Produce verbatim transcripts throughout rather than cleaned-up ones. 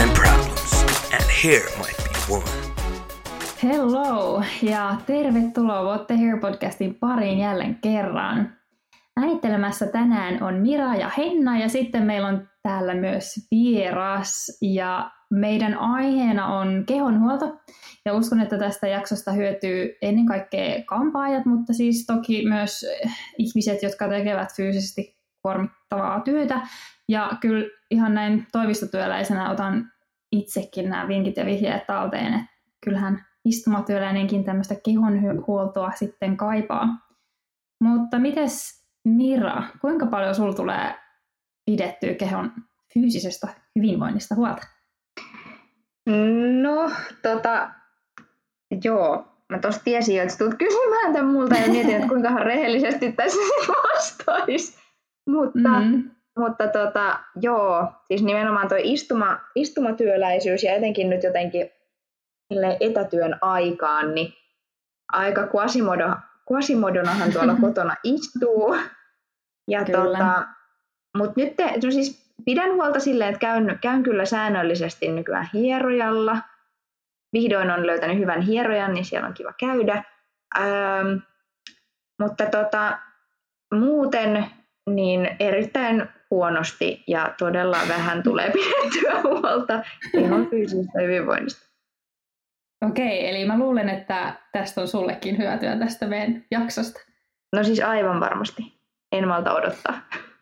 and problems, and here might be one. Hello ja tervetuloa What the Hair podcastin pariin jälleen kerran. Äänittelemässä tänään on Mira ja Henna ja sitten meillä on täällä myös vieras ja meidän aiheena on kehonhuolto. Ja uskon, että tästä jaksosta hyötyy ennen kaikkea kampaajat, mutta siis toki myös ihmiset, jotka tekevät fyysisesti kuormittavaa työtä. Ja kyllä ihan näin toimistotyöläisenä otan itsekin nämä vinkit ja vihjeet talteen, että kyllähän istumatyöläinenkin tämmöistä kehonhuoltoa sitten kaipaa. Mutta mites Mira, kuinka paljon sulla tulee pidettyä kehon fyysisestä hyvinvoinnista huolta? No, tota, joo. Mä tossa tiesin jo, että sä tulet kysymään tämän multa ja mietin, että kuinkahan rehellisesti tässä vastaisi. Mutta, mm-hmm. mutta tota, joo, siis nimenomaan toi istuma, istumatyöläisyys ja etenkin nyt jotenkin etätyön aikaan, niin aika quasimodo, quasimodonahan tuolla kotona istuu. Ja tota, mutta nyt te, no siis pidän huolta silleen, että käyn, käyn kyllä säännöllisesti nykyään hierojalla. Vihdoin on löytänyt hyvän hierojan, niin siellä on kiva käydä. Ähm, mutta tota, muuten niin erittäin huonosti ja todella vähän tulee pidettyä huolta ihan fyysisestä hyvinvoinnista. Okei, eli mä luulen, että tästä on sullekin hyötyä tästä meidän jaksosta. No siis aivan varmasti. En malta odottaa.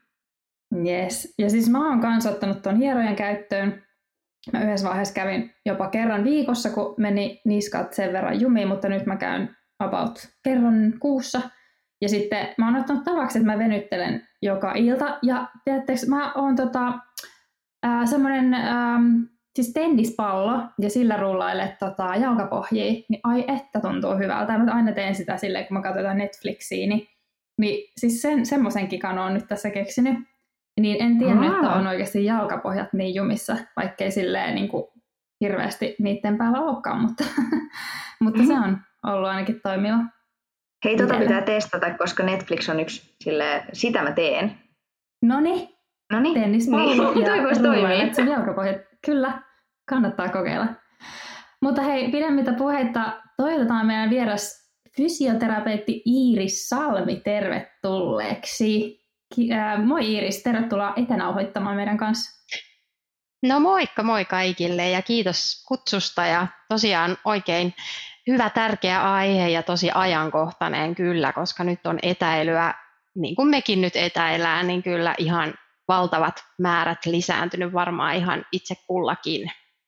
Yes. Ja siis mä oon kanssa ottanut ton hierojan käyttöön. Mä yhdessä vaiheessa kävin jopa kerran viikossa, kun meni niskat sen verran jumiin, mutta nyt mä käyn about kerran kuussa. Ja sitten mä oon ottanut tavaksi, että mä venyttelen joka ilta. Ja tiedättekö, mä oon tota, äh, semmonen ähm, siis tennispallo ja sillä rullailet tota, jalkapohjia. Niin ai että tuntuu hyvältä. Mä aina teen sitä silleen, kun mä katsotaan Netflixiä. Niin, niin siis sen, semmoisen kikan oon nyt tässä keksinyt. Niin en tiennyt, Aa. että on oikeasti jalkapohjat niin jumissa, vaikkei silleen niin kuin hirveästi niiden päällä olekaan, mutta, mutta mm-hmm. se on ollut ainakin toimiva. Hei, tota pitää testata, koska Netflix on yksi silleen, sitä mä teen. Noniin, Noniin. tennispallo niin. ja rullailet sun jalkapohjat. Kyllä, kannattaa kokeilla. Mutta hei, pidemmittä puheita toivotetaan meidän vieras fysioterapeutti Iiris Salmi tervetulleeksi. Moi Iiris, tervetuloa etänauhoittamaan meidän kanssa. No moikka moi kaikille ja kiitos kutsusta ja tosiaan oikein hyvä tärkeä aihe ja tosi ajankohtainen kyllä, koska nyt on etäilyä, niin kuin mekin nyt etäillään, niin kyllä ihan valtavat määrät lisääntynyt varmaan ihan itse kullakin.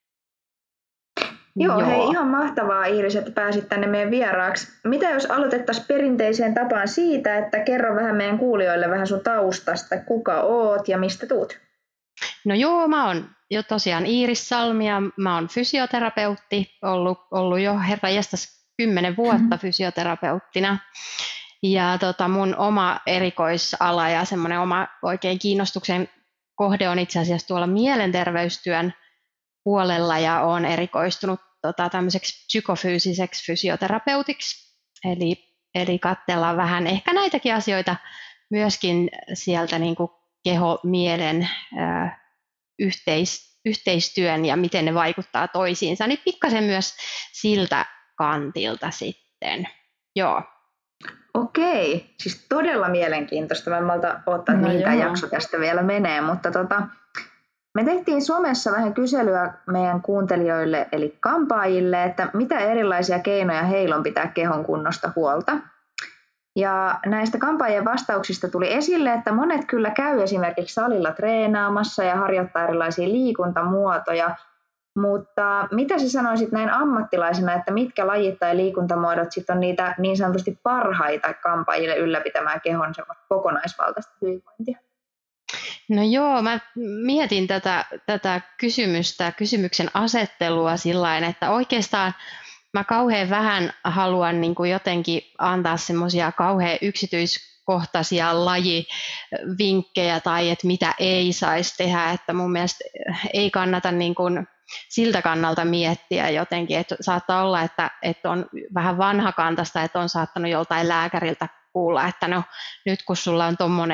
Joo, Joo, hei ihan mahtavaa Iiris, että pääsit tänne meidän vieraaksi. Mitä jos aloitettaisiin perinteiseen tapaan siitä, että kerro vähän meidän kuulijoille vähän sun taustasta, kuka oot ja mistä tuut? No joo, mä oon jo tosiaan Iiris Salmi ja mä oon fysioterapeutti, ollut, ollut jo herra jestas kymmenen vuotta mm-hmm. fysioterapeuttina. Ja tota, mun oma erikoisala ja semmoinen oma oikein kiinnostuksen kohde on itse asiassa tuolla mielenterveystyön puolella ja olen erikoistunut tota, tämmöiseksi psykofyysiseksi fysioterapeutiksi. Eli, eli katsellaan vähän ehkä näitäkin asioita myöskin sieltä niin kuin keho-mielen äh, yhteis, yhteistyön ja miten ne vaikuttaa toisiinsa, niin pikkasen myös siltä kantilta sitten. Joo. Okei, siis todella mielenkiintoista. Mä en malta odottaa, että no mihin tämä jakso tästä vielä menee, mutta tota, me tehtiin somessa vähän kyselyä meidän kuuntelijoille, eli kampaajille, että mitä erilaisia keinoja heillä on pitää kehon kunnosta huolta. Ja näistä kampaajien vastauksista tuli esille, että monet kyllä käy esimerkiksi salilla treenaamassa ja harjoittaa erilaisia liikuntamuotoja, mutta mitä sä sanoisit näin ammattilaisena, että mitkä lajit tai liikuntamuodot sit on niitä niin sanotusti parhaita kampaajille ylläpitämään kehon kokonaisvaltaista hyvinvointia? No joo, mä mietin tätä, tätä kysymystä, kysymyksen asettelua sillain, että oikeastaan mä kauhean vähän haluan niin kuin jotenkin antaa semmoisia kauhean yksityiskohtaisia lajivinkkejä tai että mitä ei saisi tehdä, että mun mielestä ei kannata niin kuin siltä kannalta miettiä jotenkin, että saattaa olla, että, että on vähän vanhakantaista, että on saattanut joltain lääkäriltä kuulla, että no nyt kun sulla on tommonen ja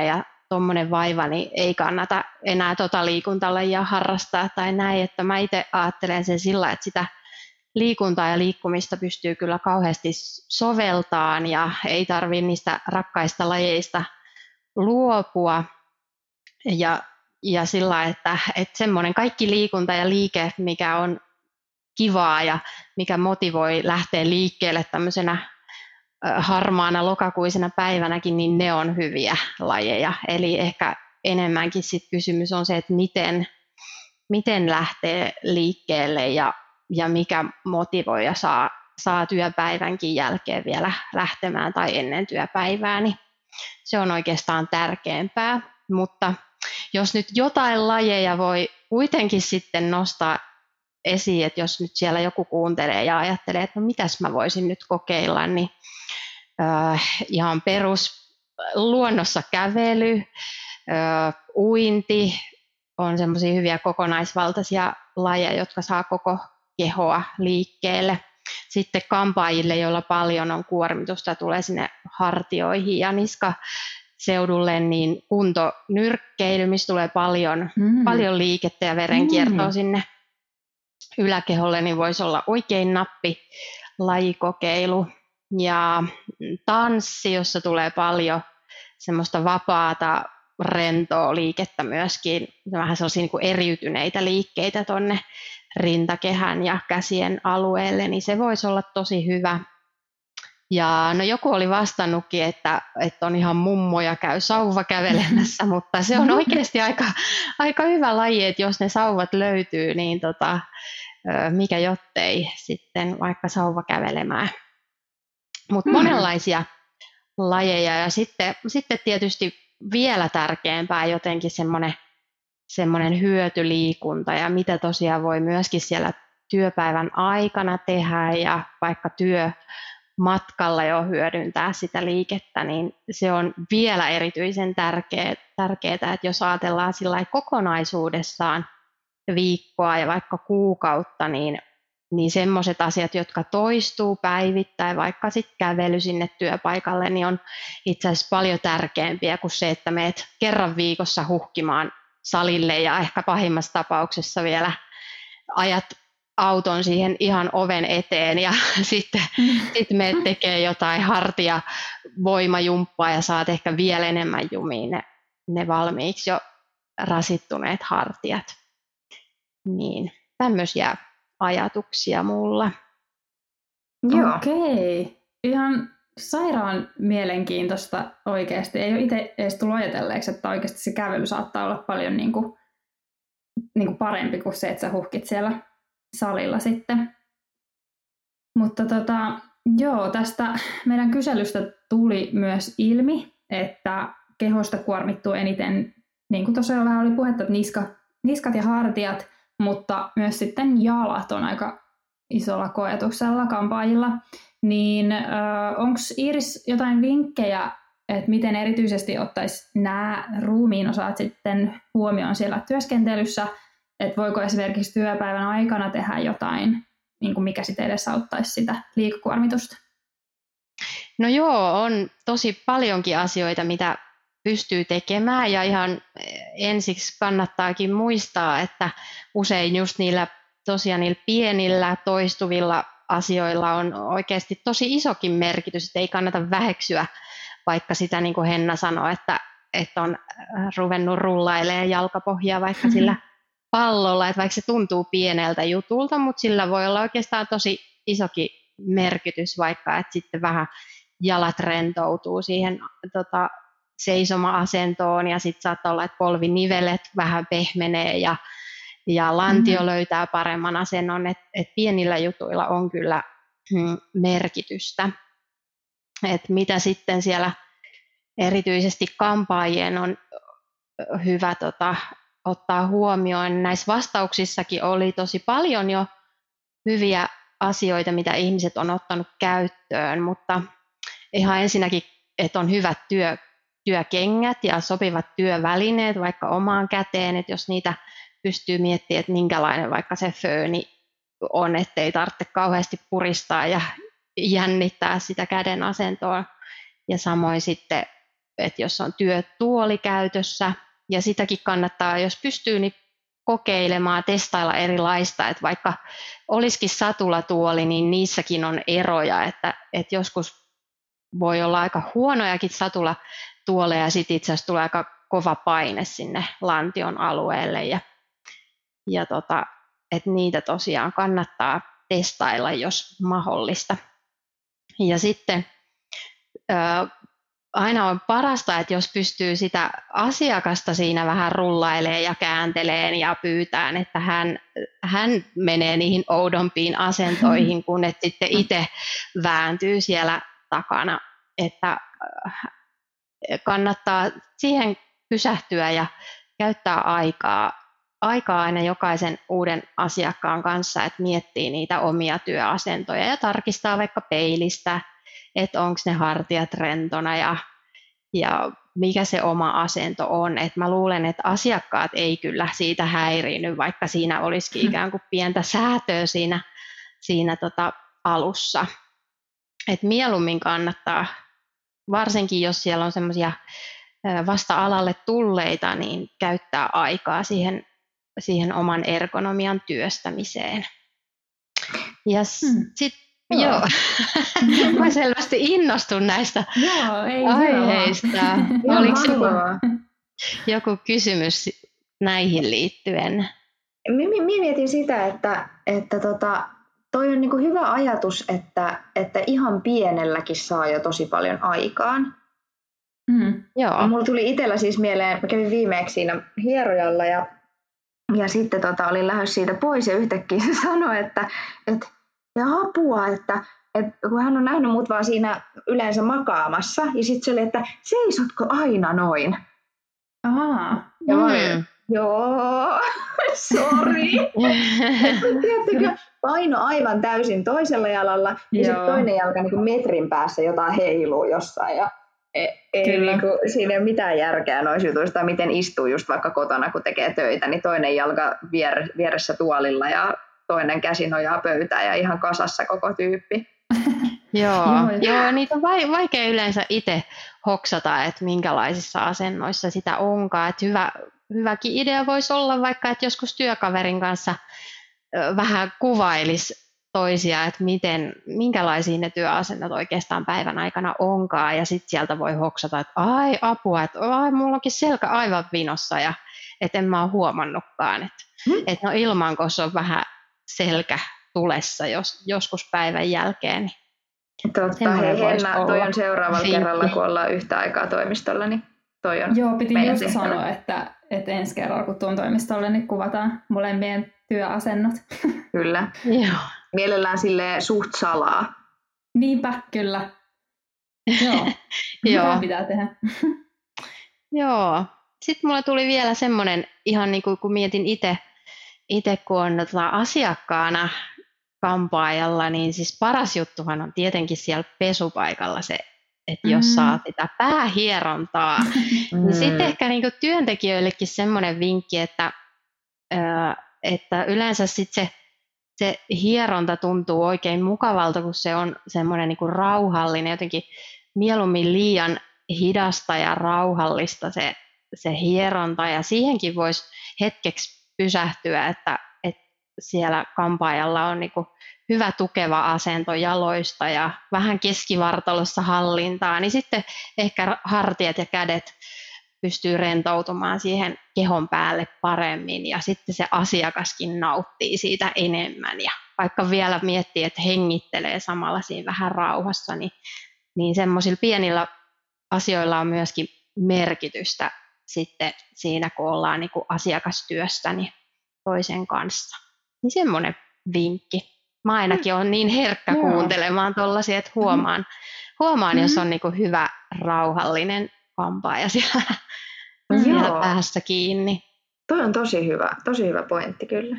tuommoinen vaiva, niin ei kannata enää tota liikuntalajia harrastaa tai näin, että mä itse ajattelen sen sillä, että sitä liikuntaa ja liikkumista pystyy kyllä kauheasti soveltaan ja ei tarvitse niistä rakkaista lajeista luopua ja, ja sillä, että, että semmoinen kaikki liikunta ja liike, mikä on kivaa ja mikä motivoi lähteä liikkeelle tämmöisenä harmaana lokakuisena päivänäkin, niin ne on hyviä lajeja. Eli ehkä enemmänkin sit kysymys on se, että miten, miten lähtee liikkeelle ja, ja mikä motivoi ja saa, saa työpäivänkin jälkeen vielä lähtemään tai ennen työpäivää, niin se on oikeastaan tärkeämpää. Mutta jos nyt jotain lajeja voi kuitenkin sitten nostaa esiin, että jos nyt siellä joku kuuntelee ja ajattelee, että no mitäs mä voisin nyt kokeilla, niin äh, ihan perus luonnossa kävely, äh, uinti on semmoisia hyviä kokonaisvaltaisia lajeja, jotka saa koko kehoa liikkeelle. Sitten kampaajille, joilla paljon on kuormitusta, tulee sinne hartioihin ja niskaseudulle, niin kuntonyrkkeily, missä tulee paljon, mm. paljon liikettä ja verenkiertoa mm. sinne yläkeholle, niin voisi olla oikein nappi lajikokeilu. Ja tanssi, jossa tulee paljon semmoista vapaata, rentoa liikettä myöskin, vähän sellaisia niin kuin eriytyneitä liikkeitä tuonne rintakehän ja käsien alueelle, niin se voisi olla tosi hyvä. Ja no joku oli vastannutkin, että, että on ihan mummoja käy sauva kävelemässä, mutta se on oikeasti aika, aika hyvä laji, että jos ne sauvat löytyy, niin tota, mikä jottei sitten vaikka sauva kävelemään. Mutta hmm. monenlaisia lajeja ja sitten, sitten tietysti vielä tärkeämpää jotenkin semmoinen semmoinen hyötyliikunta ja mitä tosiaan voi myöskin siellä työpäivän aikana tehdä ja vaikka työmatkalla jo hyödyntää sitä liikettä, niin se on vielä erityisen tärkeää, tärkeää että jos ajatellaan sillä kokonaisuudessaan viikkoa ja vaikka kuukautta, niin, niin semmoiset asiat, jotka toistuu päivittäin, vaikka sitten kävely sinne työpaikalle, niin on itse asiassa paljon tärkeämpiä kuin se, että meet kerran viikossa huhkimaan salille ja ehkä pahimmassa tapauksessa vielä ajat auton siihen ihan oven eteen ja sitten mm. sit meet tekee jotain hartia voimajumppaa ja saat ehkä vielä enemmän jumiin ne, ne valmiiksi jo rasittuneet hartiat. Niin, tämmöisiä ajatuksia mulla. Joo. Okei, ihan sairaan mielenkiintoista oikeasti. Ei ole itse edes tullut ajatelleeksi, että oikeasti se kävely saattaa olla paljon niin kuin, niin kuin parempi kuin se, että sä huhkit siellä salilla sitten. Mutta tota, joo, tästä meidän kyselystä tuli myös ilmi, että kehosta kuormittuu eniten, niin kuin tuossa jo vähän oli puhetta, että niska, niskat ja hartiat, mutta myös sitten jalat on aika isolla koetuksella kampaajilla. Niin onko Iiris jotain vinkkejä, että miten erityisesti ottaisi nämä ruumiin osat sitten huomioon siellä työskentelyssä, että voiko esimerkiksi työpäivän aikana tehdä jotain, niin kuin mikä sitten edesauttaisi sitä liikakuormitusta? No joo, on tosi paljonkin asioita, mitä pystyy tekemään ja ihan ensiksi kannattaakin muistaa, että usein just niillä tosiaan niillä pienillä toistuvilla asioilla on oikeasti tosi isokin merkitys, että ei kannata väheksyä, vaikka sitä niin kuin Henna sanoi, että, että on ruvennut rullailemaan jalkapohjaa vaikka mm-hmm. sillä pallolla, että vaikka se tuntuu pieneltä jutulta, mutta sillä voi olla oikeastaan tosi isokin merkitys, vaikka että sitten vähän jalat rentoutuu siihen tota, seisoma-asentoon ja sitten saattaa olla, että polvinivelet vähän pehmenee ja Ja lantio mm-hmm. löytää paremman asennon, että et pienillä jutuilla on kyllä mm, merkitystä. Et mitä sitten siellä erityisesti kampaajien on hyvä tota, ottaa huomioon. Näissä vastauksissakin oli tosi paljon jo hyviä asioita, mitä ihmiset on ottanut käyttöön, mutta ihan ensinnäkin, että on hyvät työ, työkengät ja sopivat työvälineet vaikka omaan käteen, että jos niitä pystyy miettimään, että minkälainen vaikka se fööni on, ettei tarvitse kauheasti puristaa ja jännittää sitä käden asentoa. Ja samoin sitten että jos on työtuoli käytössä, ja sitäkin kannattaa, jos pystyy, niin kokeilemaan, testailla erilaista, että vaikka olisikin satulatuoli, niin niissäkin on eroja, että, että joskus voi olla aika huonojakin satulatuoleja, ja sitten itse asiassa tulee aika kova paine sinne lantion alueelle, ja, ja tota, että niitä tosiaan kannattaa testailla, jos mahdollista. Ja sitten ää, aina on parasta, että jos pystyy sitä asiakasta siinä vähän rullailemaan ja käänteleen ja pyytään, että hän, hän menee niihin oudompiin asentoihin, kun et sitten itse vääntyy siellä takana. Että kannattaa siihen pysähtyä ja käyttää aikaa, aikaa aina jokaisen uuden asiakkaan kanssa, että miettii niitä omia työasentoja ja tarkistaa vaikka peilistä, että onko ne hartiat rentona ja, ja mikä se oma asento on. Et mä luulen, että asiakkaat ei kyllä siitä häiriinny, vaikka siinä olisikin ikään kuin pientä säätöä siinä, siinä tota alussa. Et mieluummin kannattaa, varsinkin jos siellä on semmoisia vasta alalle tulleita, niin käyttää aikaa siihen, siihen oman ergonomian työstämiseen. Ja hmm. sitten Joo. Joo. Mä selvästi innostun näistä Joo, ei aiheista. Oliko joku, joku kysymys näihin liittyen? Minä mietin sitä, että, että tota, toi on niinku hyvä ajatus, että, että ihan pienelläkin saa jo tosi paljon aikaan. Mm. Joo. Mulla tuli itsellä siis mieleen, mä kävin viimeksi siinä hierojalla ja, ja sitten tota, olin lähdössä siitä pois ja yhtäkkiä se sanoi, että, että ja apua, että, että kun hän on nähnyt mut vaan siinä yleensä makaamassa, ja sitten se oli, että seisotko aina noin? Ahaa. Ja mä olin, joo, sori. Tiedättekö, paino aivan täysin toisella jalalla, ja sitten toinen jalka niin kuin metrin päässä jotain heiluu jossain, ja ei, ei niin kuin, siinä ei ole mitään järkeä noissa jutuissa, miten istuu just vaikka kotona, kun tekee töitä, niin toinen jalka vier, vieressä tuolilla, ja toinen käsi nojaa pöytään ja ihan kasassa koko tyyppi. Joo, joo, niitä on vaikea yleensä itse hoksata, että minkälaisissa asennoissa sitä onkaan. Että hyvä, hyväkin idea voisi olla vaikka, että joskus työkaverin kanssa vähän kuvailisi toisia, että miten, minkälaisia ne työasennot oikeastaan päivän aikana onkaan. Ja sitten sieltä voi hoksata, että ai apua, että ai, mulla onkin selkä aivan vinossa ja että en mä ole huomannutkaan. Että hmm? et no ilmankos on vähän selkä tulessa jos, joskus päivän jälkeen. Totta, hei Henna, toi on seuraavalla vinkki. Kerralla, kun ollaan yhtä aikaa toimistolla, niin toi on Joo, piti just tehtävä. Sanoa, että, että ensi kerralla, kun tuun toimistolle, niin kuvataan molempien työasennot. Kyllä. Joo. Mielellään silleen suht salaa. Niinpä, kyllä. Joo, mitä pitää tehdä? Joo. Sitten mulle tuli vielä semmoinen, ihan niin kuin kun mietin itse, Itse kun on tota asiakkaana kampaajalla, niin siis paras juttuhan on tietenkin siellä pesupaikalla se, että jos mm. saa sitä päähierontaa, mm. niin sitten ehkä niinku työntekijöillekin semmoinen vinkki, että, että yleensä sit se, se hieronta tuntuu oikein mukavalta, kun se on semmoinen niinku rauhallinen, jotenkin mieluummin liian hidasta ja rauhallista se, se hieronta, ja siihenkin voisi hetkeksi pysähtyä, että, että siellä kampaajalla on niin kuin hyvä tukeva asento jaloista ja vähän keskivartalossa hallintaa, niin sitten ehkä hartiat ja kädet pystyy rentoutumaan siihen kehon päälle paremmin ja sitten se asiakaskin nauttii siitä enemmän. Ja vaikka vielä miettii, että hengittelee samalla siinä vähän rauhassa, niin, niin semmoisilla pienillä asioilla on myöskin merkitystä sitten siinä, kun ollaan niin kuin asiakastyössä niin toisen kanssa. Niin semmoinen vinkki. Mä ainakin olen niin herkkä Joo. kuuntelemaan tollaisia, että huomaan, huomaan mm-hmm. jos on niin kuin hyvä, rauhallinen kampaaja siellä, mm-hmm. siellä päässä kiinni. Toi on tosi hyvä, tosi hyvä pointti kyllä.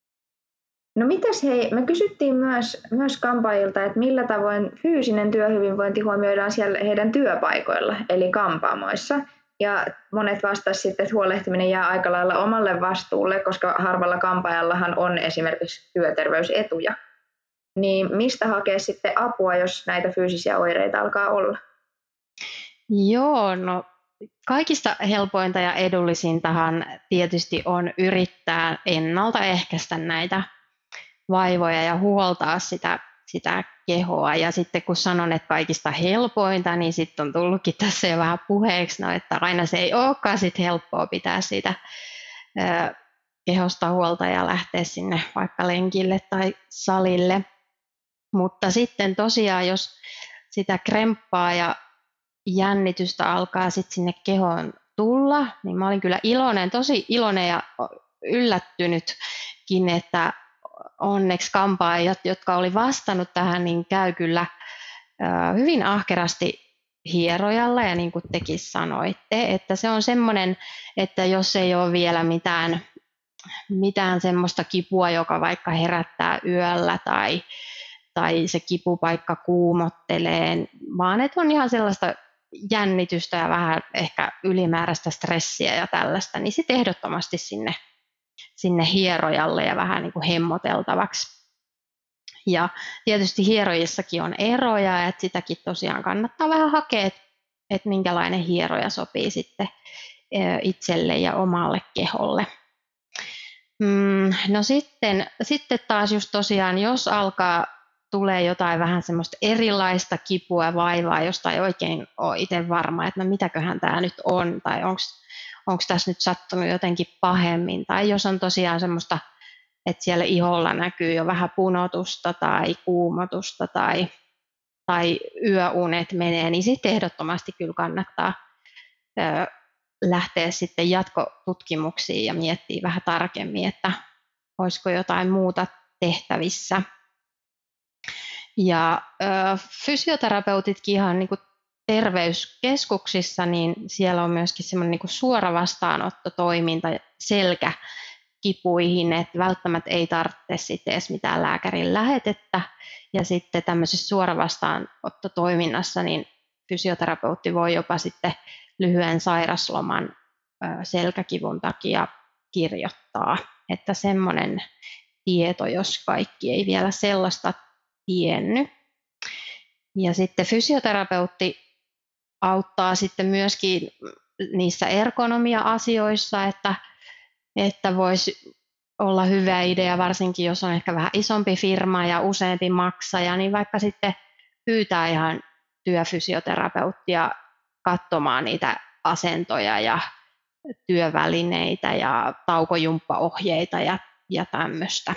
No mitäs hei, me kysyttiin myös, myös kampaajilta, että millä tavoin fyysinen työhyvinvointi huomioidaan siellä heidän työpaikoilla, eli kampaamoissa. Ja monet vastasivat sitten, että huolehtiminen jää aika lailla omalle vastuulle, koska harvalla kampaajallahan on esimerkiksi työterveysetuja. Niin mistä hakea sitten apua, jos näitä fyysisiä oireita alkaa olla? Joo, no kaikista helpointa ja edullisintahan tietysti on yrittää ennaltaehkäistä näitä vaivoja ja huoltaa sitä, sitä kehoa. Ja sitten kun sanon, että kaikista helpointa, niin sitten on tullutkin tässä jo vähän puheeksi, no, että aina se ei olekaan sit helppoa pitää siitä ö, kehosta huolta ja lähteä sinne vaikka lenkille tai salille. Mutta sitten tosiaan, jos sitä kremppaa ja jännitystä alkaa sitten sinne kehoon tulla, niin mä olin kyllä iloinen, tosi iloinen ja yllättynytkin, että onneksi kampaajat, jotka oli vastannut tähän, niin käy kyllä hyvin ahkerasti hierojalla, ja niin kuin tekin sanoitte, että se on semmoinen, että jos ei ole vielä mitään, mitään semmoista kipua, joka vaikka herättää yöllä tai, tai se kipupaikka kuumottelee, vaan että on ihan sellaista jännitystä ja vähän ehkä ylimääräistä stressiä ja tällaista, niin sitten ehdottomasti sinne, sinne hierojalle ja vähän niin kuin hemmoteltavaksi. Ja tietysti hierojissakin on eroja, että sitäkin tosiaan kannattaa vähän hakea, että, että minkälainen hieroja sopii sitten itselle ja omalle keholle. No sitten, sitten taas just tosiaan, jos alkaa tulee jotain vähän semmoista erilaista kipua ja vaivaa, josta ei oikein ole itse varma, että no mitäköhän tämä nyt on, tai onko tässä nyt sattunut jotenkin pahemmin, tai jos on tosiaan semmoista, että siellä iholla näkyy jo vähän punotusta tai kuumotusta tai, tai yöunet menee, niin sitten ehdottomasti kyllä kannattaa ö, lähteä sitten jatkotutkimuksiin ja miettiä vähän tarkemmin, että olisiko jotain muuta tehtävissä. Ja ö, fysioterapeutitkin ihan niin kuin terveyskeskuksissa, niin siellä on myöskin semmoinen niin kuin suora vastaanottotoiminta selkäkipuihin, että välttämättä ei tarvitse sitten edes mitään lääkärin lähetettä. Ja sitten tämmöisessä suora vastaanottotoiminnassa niin fysioterapeutti voi jopa sitten lyhyen sairasloman ö, selkäkivun takia kirjoittaa. Että semmoinen tieto, jos kaikki ei vielä sellaista tiennyt. Ja sitten fysioterapeutti auttaa sitten myöskin niissä ergonomia-asioissa, että, että voisi olla hyvä idea, varsinkin jos on ehkä vähän isompi firma ja useampi maksaja, niin vaikka sitten pyytää ihan työfysioterapeuttia katsomaan niitä asentoja ja työvälineitä ja taukojumppaohjeita ja, ja tämmöistä.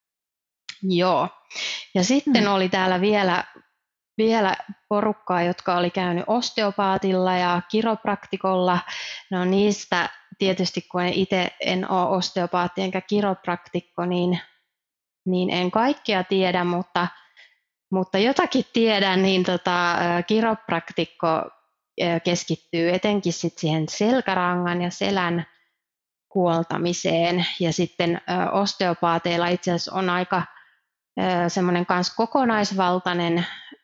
Joo. Ja sitten oli täällä vielä, vielä porukkaa, jotka oli käynyt osteopaatilla ja kiropraktikolla. No niistä tietysti, kun itse en ole osteopaatti enkä kiropraktikko, niin, niin en kaikkea tiedä, mutta, mutta jotakin tiedän, niin tota, kiropraktikko keskittyy etenkin sit siihen selkärangan ja selän huoltamiseen. Ja sitten osteopaateilla itse asiassa on aika semmoinen kans kokonaisvaltainen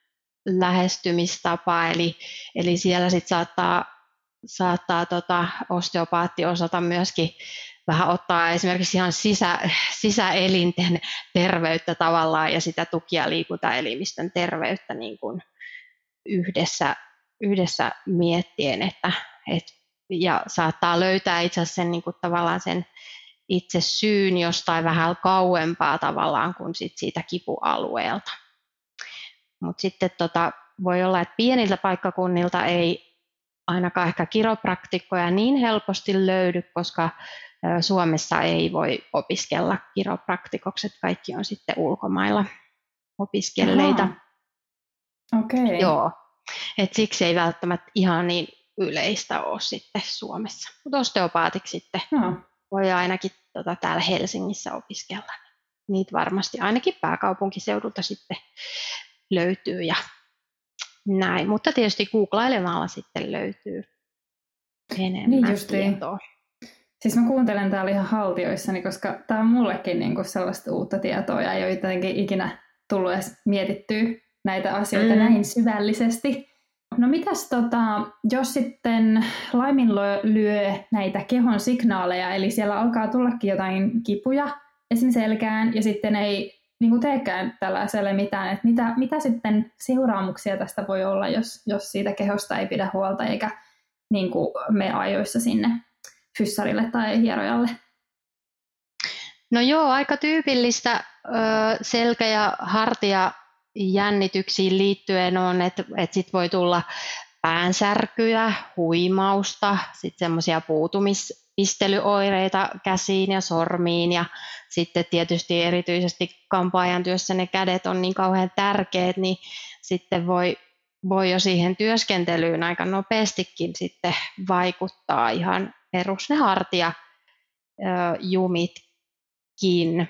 lähestymistapa, eli, eli siellä sit saattaa, saattaa tota osteopaatti osata myöskin vähän ottaa esimerkiksi ihan sisä, sisäelinten terveyttä tavallaan ja sitä tuki- ja liikuntaelimistön terveyttä niin kuin yhdessä, yhdessä miettien, että, et, ja saattaa löytää itse asiassa sen, niin kuin tavallaan sen itse syyn jostain vähän kauempaa tavallaan kuin sit siitä kipualueelta. Mutta sitten tota, voi olla, että pieniltä paikkakunnilta ei ainakaan ehkä kiropraktikkoja niin helposti löydy, koska Suomessa ei voi opiskella kiropraktikoksi, että kaikki on sitten ulkomailla opiskelleita. Okei. Joo, et siksi ei välttämättä ihan niin yleistä ole sitten Suomessa. Mutta osteopaatiksi sitten no. voi ainakin tota, täällä Helsingissä opiskella. Niitä varmasti ainakin pääkaupunkiseudulta sitten löytyy ja näin. Mutta tietysti googlailemalla sitten löytyy enemmän niin tietoa. Siis mä kuuntelen täällä ihan haltioissani, koska tää on mullekin niinku sellaista uutta tietoa ja ei ole jotenkin ikinä tullut edes mietittyä näitä asioita mm. näin syvällisesti. No mitäs tota, jos sitten laiminlyö näitä kehon signaaleja, eli siellä alkaa tullakin jotain kipuja esim. Selkään ja sitten ei niin kuin teekään tällaiselle mitään, että mitä, mitä sitten seuraamuksia tästä voi olla, jos, jos siitä kehosta ei pidä huolta eikä niin kuin mene ajoissa sinne fyssarille tai hierojalle? No joo, aika tyypillistä selkä- ja hartiajännityksiin liittyen on, että, että sit voi tulla päänsärkyä, huimausta, sitten semmoisia puutumispistelyoireita käsiin ja sormiin ja sitten tietysti erityisesti kampaajan työssä ne kädet on niin kauhean tärkeät, niin sitten voi, voi jo siihen työskentelyyn aika nopeastikin sitten vaikuttaa ihan perus ne hartiajumitkin.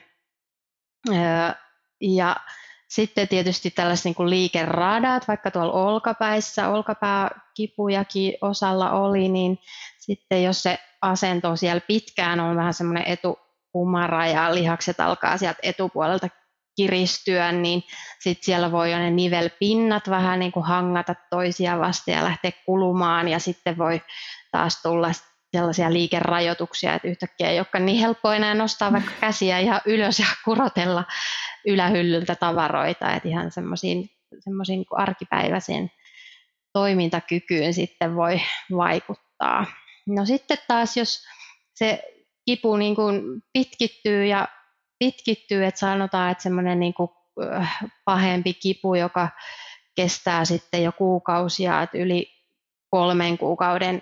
Ja sitten tietysti tällaiset niin kuin liikeradat, vaikka tuolla olkapäissä, olkapääkipujakin osalla oli, niin sitten jos se asento siellä pitkään on vähän semmoinen etukumara ja lihakset alkaa sieltä etupuolelta kiristyä, niin sitten siellä voi jo ne nivelpinnat vähän niin kuin hangata toisia vasten ja lähteä kulumaan ja sitten voi taas tulla sellaisia liikerajoituksia, että yhtäkkiä ei olekaan niin helppo enää nostaa vaikka käsiä ihan ylös ja kurotella ylähyllyltä tavaroita, että ihan semmoisiin semmoisiin niin kuin arkipäiväiseen toimintakykyyn sitten voi vaikuttaa. No sitten taas, jos se kipu niin kuin pitkittyy ja pitkittyy, että sanotaan, että semmoinen niin kuin pahempi kipu, joka kestää sitten jo kuukausia, että yli kolmen kuukauden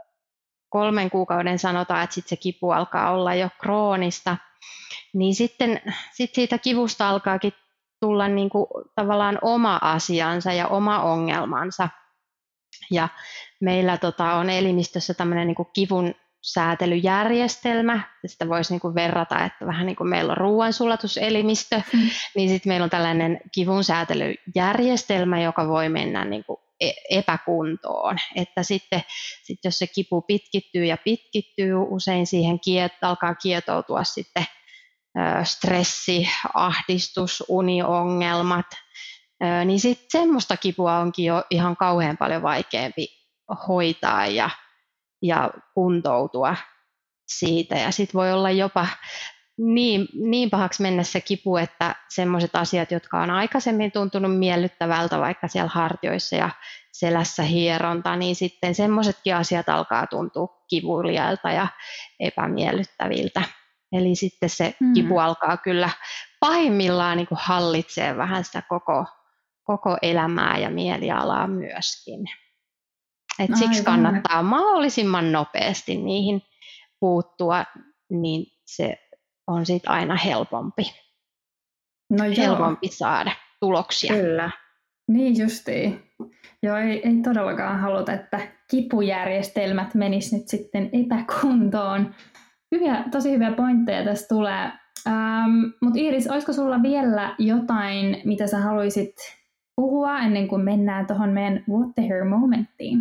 kolmen kuukauden sanotaan, että sit se kipu alkaa olla jo kroonista, niin sitten sit siitä kivusta alkaakin tulla niin kuin tavallaan oma asiansa ja oma ongelmansa. Ja meillä tota, on elimistössä tämmöinen niin kuin kivun säätelyjärjestelmä, sitä voisi niin kuin verrata, että vähän niin kuin meillä on ruoansulatuselimistö, mm. niin sitten meillä on tällainen kivun säätelyjärjestelmä, joka voi mennä niin kuin epäkuntoon, että sitten sit jos se kipu pitkittyy ja pitkittyy, usein siihen kiet, alkaa kietoutua sitten ö, stressi, ahdistus, uniongelmat, ö, niin sitten semmoista kipua onkin jo ihan kauhean paljon vaikeampi hoitaa ja, ja kuntoutua siitä, ja sitten voi olla jopa Niin, niin pahaksi mennä se kipu, että semmoiset asiat, jotka on aikaisemmin tuntunut miellyttävältä, vaikka siellä hartioissa ja selässä hieronta, niin sitten semmoisetkin asiat alkaa tuntua kivuliailta ja epämiellyttäviltä. Eli sitten se hmm. kipu alkaa kyllä pahimmillaan niin kuin hallitsee vähän sitä koko, koko elämää ja mielialaa myöskin. Et siksi kannattaa mahdollisimman nopeasti niihin puuttua, niin se on sitten aina helpompi, no helpompi saada tuloksia. Kyllä. Niin justiin. Joo, ei, ei todellakaan haluta, että kipujärjestelmät menis nyt sitten epäkuntoon. Hyviä, tosi hyviä pointteja tässä tulee. Ähm, Mutta Iiris, olisiko sulla vielä jotain, mitä sä haluaisit puhua ennen kuin mennään tuohon meidän What the Hair momenttiin?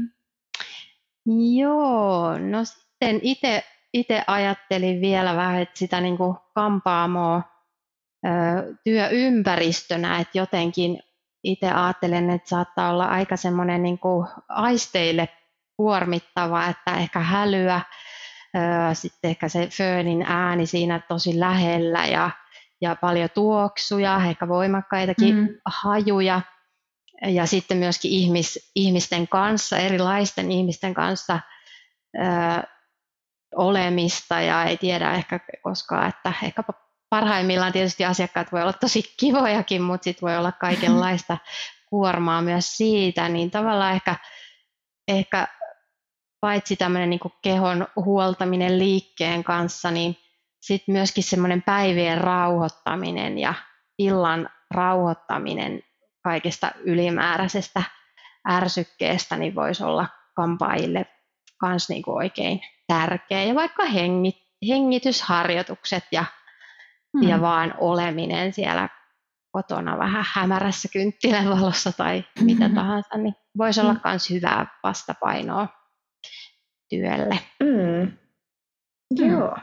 Joo, no sitten itse Itse ajattelin vielä vähän että sitä niin kuin kampaamoa ö, työympäristönä, että jotenkin itse ajattelen, että saattaa olla aika semmoinen niin kuin aisteille kuormittava, että ehkä hälyä, ö, sitten ehkä se föönin ääni siinä tosi lähellä ja, ja paljon tuoksuja, ehkä voimakkaitakin mm. hajuja ja sitten myöskin ihmis, ihmisten kanssa, erilaisten ihmisten kanssa ö, olemista ja ei tiedä ehkä koskaan, että ehkä parhaimmillaan tietysti asiakkaat voi olla tosi kivojakin, mutta sitten voi olla kaikenlaista kuormaa myös siitä, niin tavallaan ehkä, ehkä paitsi tämmöinen niin kuin kehon huoltaminen liikkeen kanssa, niin sitten myöskin semmoinen päivien rauhoittaminen ja illan rauhoittaminen kaikesta ylimääräisestä ärsykkeestä, niin voisi olla kampaajille kans niin kuin oikein tärkeä. Ja vaikka hengit, hengitysharjoitukset ja, hmm. ja vaan oleminen siellä kotona vähän hämärässä kynttilänvalossa tai mitä tahansa, niin voisi olla myös hyvää vastapainoa työlle. Mm. Mm. Joo.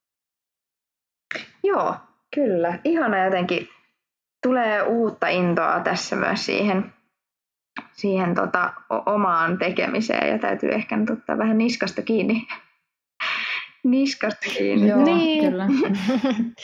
Joo, kyllä. Ihana jotenkin. Tulee uutta intoa tässä myös siihen, siihen tota, omaan tekemiseen ja täytyy ehkä nyt ottaa vähän niskasta kiinni. niskasta kiinni. Joo, niin. kyllä.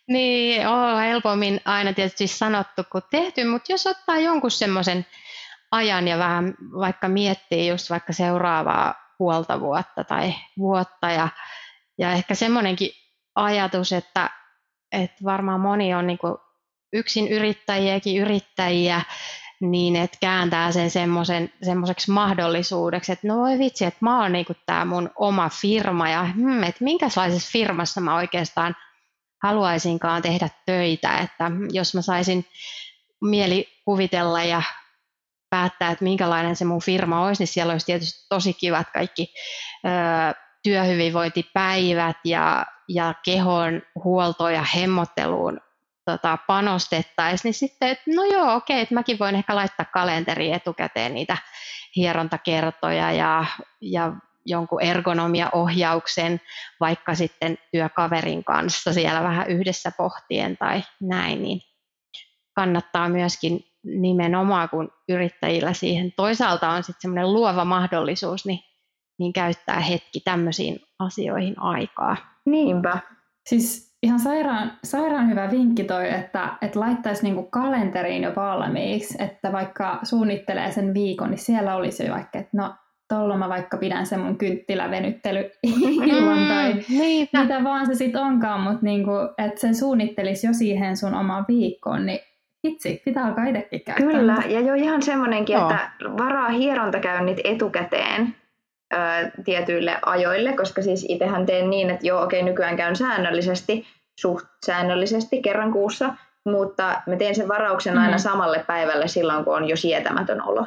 Niin, on helpommin aina tietysti sanottu kuin tehty, mutta jos ottaa jonkun semmoisen ajan ja vähän vaikka miettii just vaikka seuraavaa puolta vuotta tai vuotta ja, ja ehkä semmoinenkin ajatus, että, että varmaan moni on niin kuin yksin yrittäjiäkin yrittäjiä, niin että kääntää sen semmoisen, semmoiseksi mahdollisuudeksi, että no voi vitsi, että mä oon niin kuin tämä mun oma firma ja hmm, että minkälaisessa firmassa mä oikeastaan haluaisinkaan tehdä töitä, että jos mä saisin mieli kuvitella ja päättää, että minkälainen se mun firma olisi, niin siellä olisi tietysti tosi kivat kaikki ö, työhyvinvointipäivät ja, ja kehon huoltoon ja hemmotteluun tota, panostettaisiin, niin sitten, että no joo, okei, että mäkin voin ehkä laittaa kalenteriin etukäteen niitä hierontakertoja ja, ja jonkun ergonomiaohjauksen vaikka sitten työkaverin kanssa siellä vähän yhdessä pohtien tai näin, niin kannattaa myöskin nimenomaan, kun yrittäjillä siihen toisaalta on sitten semmoinen luova mahdollisuus, niin, niin käyttää hetki tämmöisiin asioihin aikaa. Niinpä. Siis ihan sairaan, sairaan hyvä vinkki toi, että, että laittaisi niinku kalenteriin jo valmiiksi, että vaikka suunnittelee sen viikon, niin siellä olisi vaikka, että no tuolla mä vaikka pidän sen mun kynttilävenyttely ilman tai mm, mitä vaan se sitten onkaan, mutta niinku, että sen suunnittelisi jo siihen sun omaan viikkoon, niin itse pitää alkaa itsekin käyttää. Kyllä, ja jo ihan semmoinenkin, no. että varaa hierontakäynnit etukäteen ö, tietyille ajoille, koska siis itsehän teen niin, että joo, okei, nykyään käyn säännöllisesti, suht säännöllisesti kerran kuussa, mutta mä teen sen varauksen aina mm. samalle päivälle silloin, kun on jo sietämätön olo.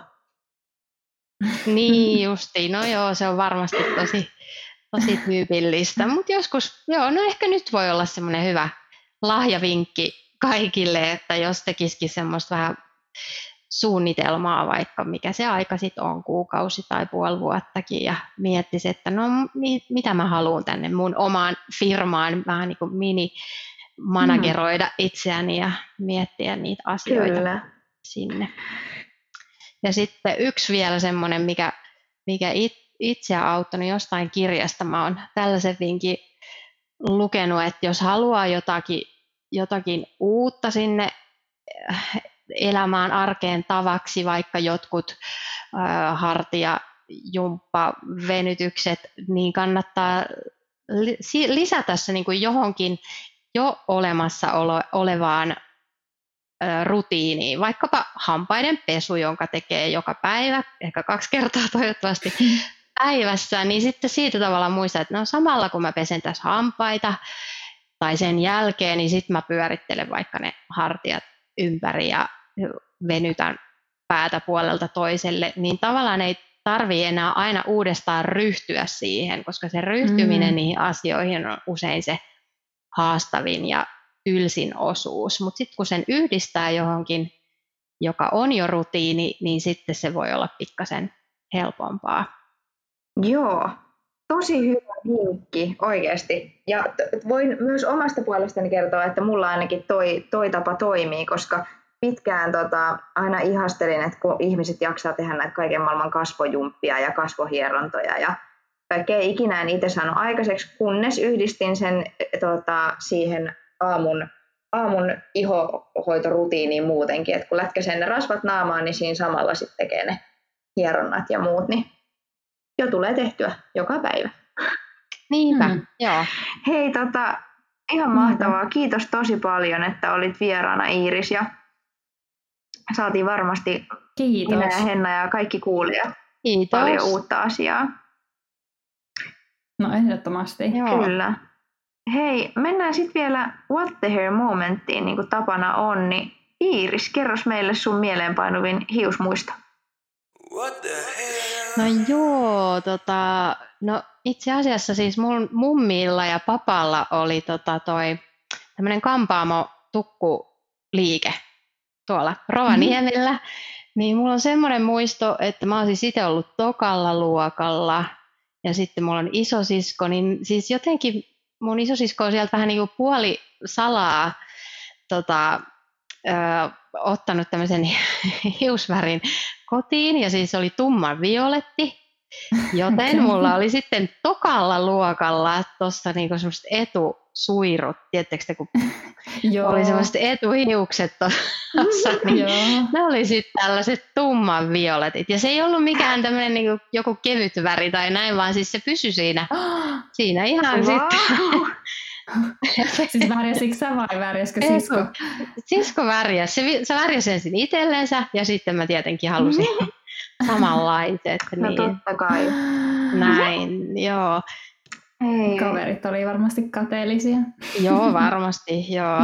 Niin justiin, no joo, se on varmasti tosi, tosi tyypillistä, mutta joskus, joo, no ehkä nyt voi olla semmoinen hyvä lahjavinkki kaikille, että jos tekisikin semmoista vähän suunnitelmaa vaikka, mikä se aika sitten on, kuukausi tai puoli vuottakin, ja miettisi, että no mi- mitä mä haluan tänne mun omaan firmaan, vähän niin kuin mini-manageroida mm. itseäni ja miettiä niitä asioita Kyllä. sinne. Ja sitten yksi vielä semmoinen, mikä, mikä it, itseä auttanut jostain kirjasta, mä oon tällaisen vinkin lukenut, että jos haluaa jotakin, jotakin uutta sinne elämään arkeen tavaksi, vaikka jotkut äh, hartia, jumppa, venytykset, niin kannattaa lisätä se niin kuin johonkin jo olemassa olo, olevaan rutiiniin, vaikkapa hampaiden pesu, jonka tekee joka päivä, ehkä kaksi kertaa toivottavasti päivässä, niin sitten siitä tavalla muistaa, että no samalla kun mä pesen tässä hampaita tai sen jälkeen, niin sitten mä pyörittelen vaikka ne hartiat ympäri ja venytän päätä puolelta toiselle, niin tavallaan ei tarvitse enää aina uudestaan ryhtyä siihen, koska se ryhtyminen mm. niihin asioihin on usein se haastavin ja tylsin osuus, mutta sitten kun sen yhdistää johonkin, joka on jo rutiini, niin sitten se voi olla pikkasen helpompaa. Joo, tosi hyvä vinkki oikeasti. Ja t- voin myös omasta puolestani kertoa, että mulla ainakin toi, toi tapa toimii, koska pitkään tota, aina ihastelin, että kun ihmiset jaksaa tehdä näitä kaiken maailman kasvojumppia ja kasvohierontoja ja kaikkea ikinä en itse saanut aikaiseksi, kunnes yhdistin sen tota, siihen aamun, aamun ihohoitorutiiniin muutenkin, että kun lätkäsee ne rasvat naamaan, niin siinä samalla sitten tekee ne hieronnat ja muut, niin jo tulee tehtyä joka päivä. Niinpä, mm. joo. Hei, tota, ihan mahtavaa. Kiitos tosi paljon, että olit vieraana, Iiris, ja saatiin varmasti Kiitos. minä ja Henna ja kaikki kuulijat Kiitos. paljon uutta asiaa. No ehdottomasti. Joo. Kyllä. Hei, mennään sitten vielä What the Hair momenttiin, niin kuin tapana on. Niin Iiris, kerros meille sun mieleenpainuvin hiusmuisto. What the hell? No joo, tota, no itse asiassa siis mun mummilla ja papalla oli tota toi tämmönen kampaamo tukkuliike tuolla Rovaniemellä. Mm-hmm. Niin mulla on semmoinen muisto, että mä oon siis itse ollut tokalla luokalla ja sitten mulla on isosisko, niin siis jotenkin mun isosisko on sieltä vähän niin kuin puoli salaa tota, ö, ottanut tämmöisen hiusvärin kotiin, ja siis oli tumman violetti, Joten Okay. mulla oli sitten tokalla luokalla tuossa niinku semmoiset etusuirut, tiedättekö te, kun Joo. oli semmoiset etuhiukset tuossa, niin Joo. ne oli sitten tällaiset tumman violetit. Ja se ei ollut mikään tämmöinen niinku joku kevyt väri tai näin, vaan siis se pysyi siinä, siinä ihan Wow. sitten. Siis värjäsikö sä vai värjäskö sisko? Sisko värjäsi. Se, vi- se värjäsi ensin itsellensä ja sitten mä tietenkin halusin samanlaiset. No Niin, totta kai. näin, joo. Hei. Kaverit oli varmasti kateellisia. Joo, varmasti, joo.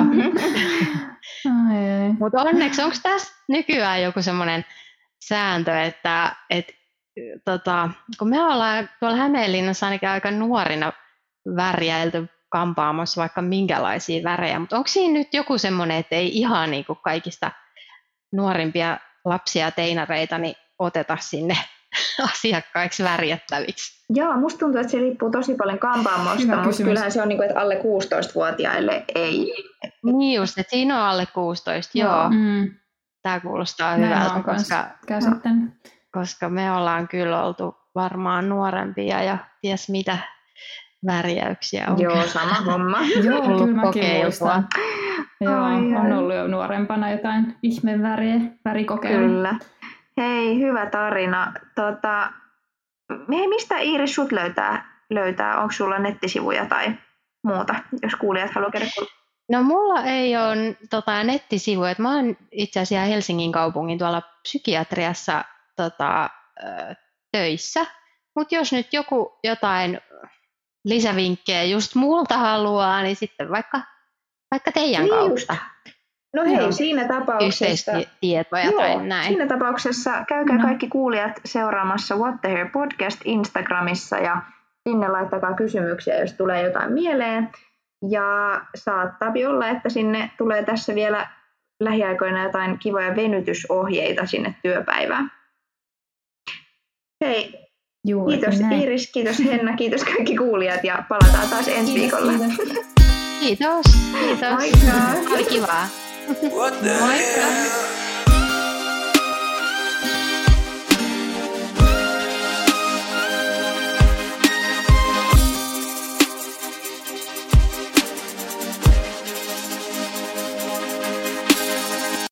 Ai, ai. Mutta onneksi, onko tässä nykyään joku semmoinen sääntö, että et, tota, kun me ollaan tuolla Hämeenlinnassa ainakin aika nuorina värjäilty kampaamossa vaikka minkälaisia värejä, mutta onko siinä nyt joku semmoinen, että ei ihan niin kuin kaikista nuorimpia lapsia ja teinareita niin oteta sinne asiakkaiksi värjättäviksi? Joo, musta tuntuu, että se riippuu tosi paljon kampaamosta, Hyvä mutta kysymys. kyllähän se on niin kuin, että alle kuusitoistavuotiaille ei. Niin just, että siinä on alle kuusitoista, joo. Joo. Mm, Tämä kuulostaa näin hyvältä, on kans koska, käsittänyt. koska me ollaan kyllä oltu varmaan nuorempia ja ties mitä värjäyksiä on. Joo, sama homma. Joo, Ollut kyllä mäkin kokeiltua. muistan. Joo, Ai, on ai. ollut jo nuorempana jotain ihmeväriä, värikokeilua. Kyllä. Hei, hyvä tarina. Tota, hei, mistä Iiris sut löytää? löytää? Onko sulla nettisivuja tai muuta, jos kuulijat haluaa käydä? No mulla ei ole tota, nettisivuja. Et mä oon itse asiassa Helsingin kaupungin tuolla psykiatriassa tota, ö, töissä. Mutta jos nyt joku jotain lisävinkkejä just multa haluaa, niin sitten vaikka, vaikka teidän Niin kautta. just. No hei, Joo. siinä tapauksessa, Yhteistietoja joo, tai näin. siinä tapauksessa käykää No. kaikki kuulijat seuraamassa What the Hair podcast Instagramissa ja sinne laittakaa kysymyksiä, jos tulee jotain mieleen. Ja saattaa olla, että sinne tulee tässä vielä lähiaikoina jotain kivoja venytysohjeita sinne työpäivään. Hei, Juuri kiitos näin. Iiris, kiitos Henna, kiitos kaikki kuulijat ja palataan taas ensi Kiitos, viikolla. kiitos. Kiitos. Kiitos. Moikka! Oli kivaa. What the Moikka. hell?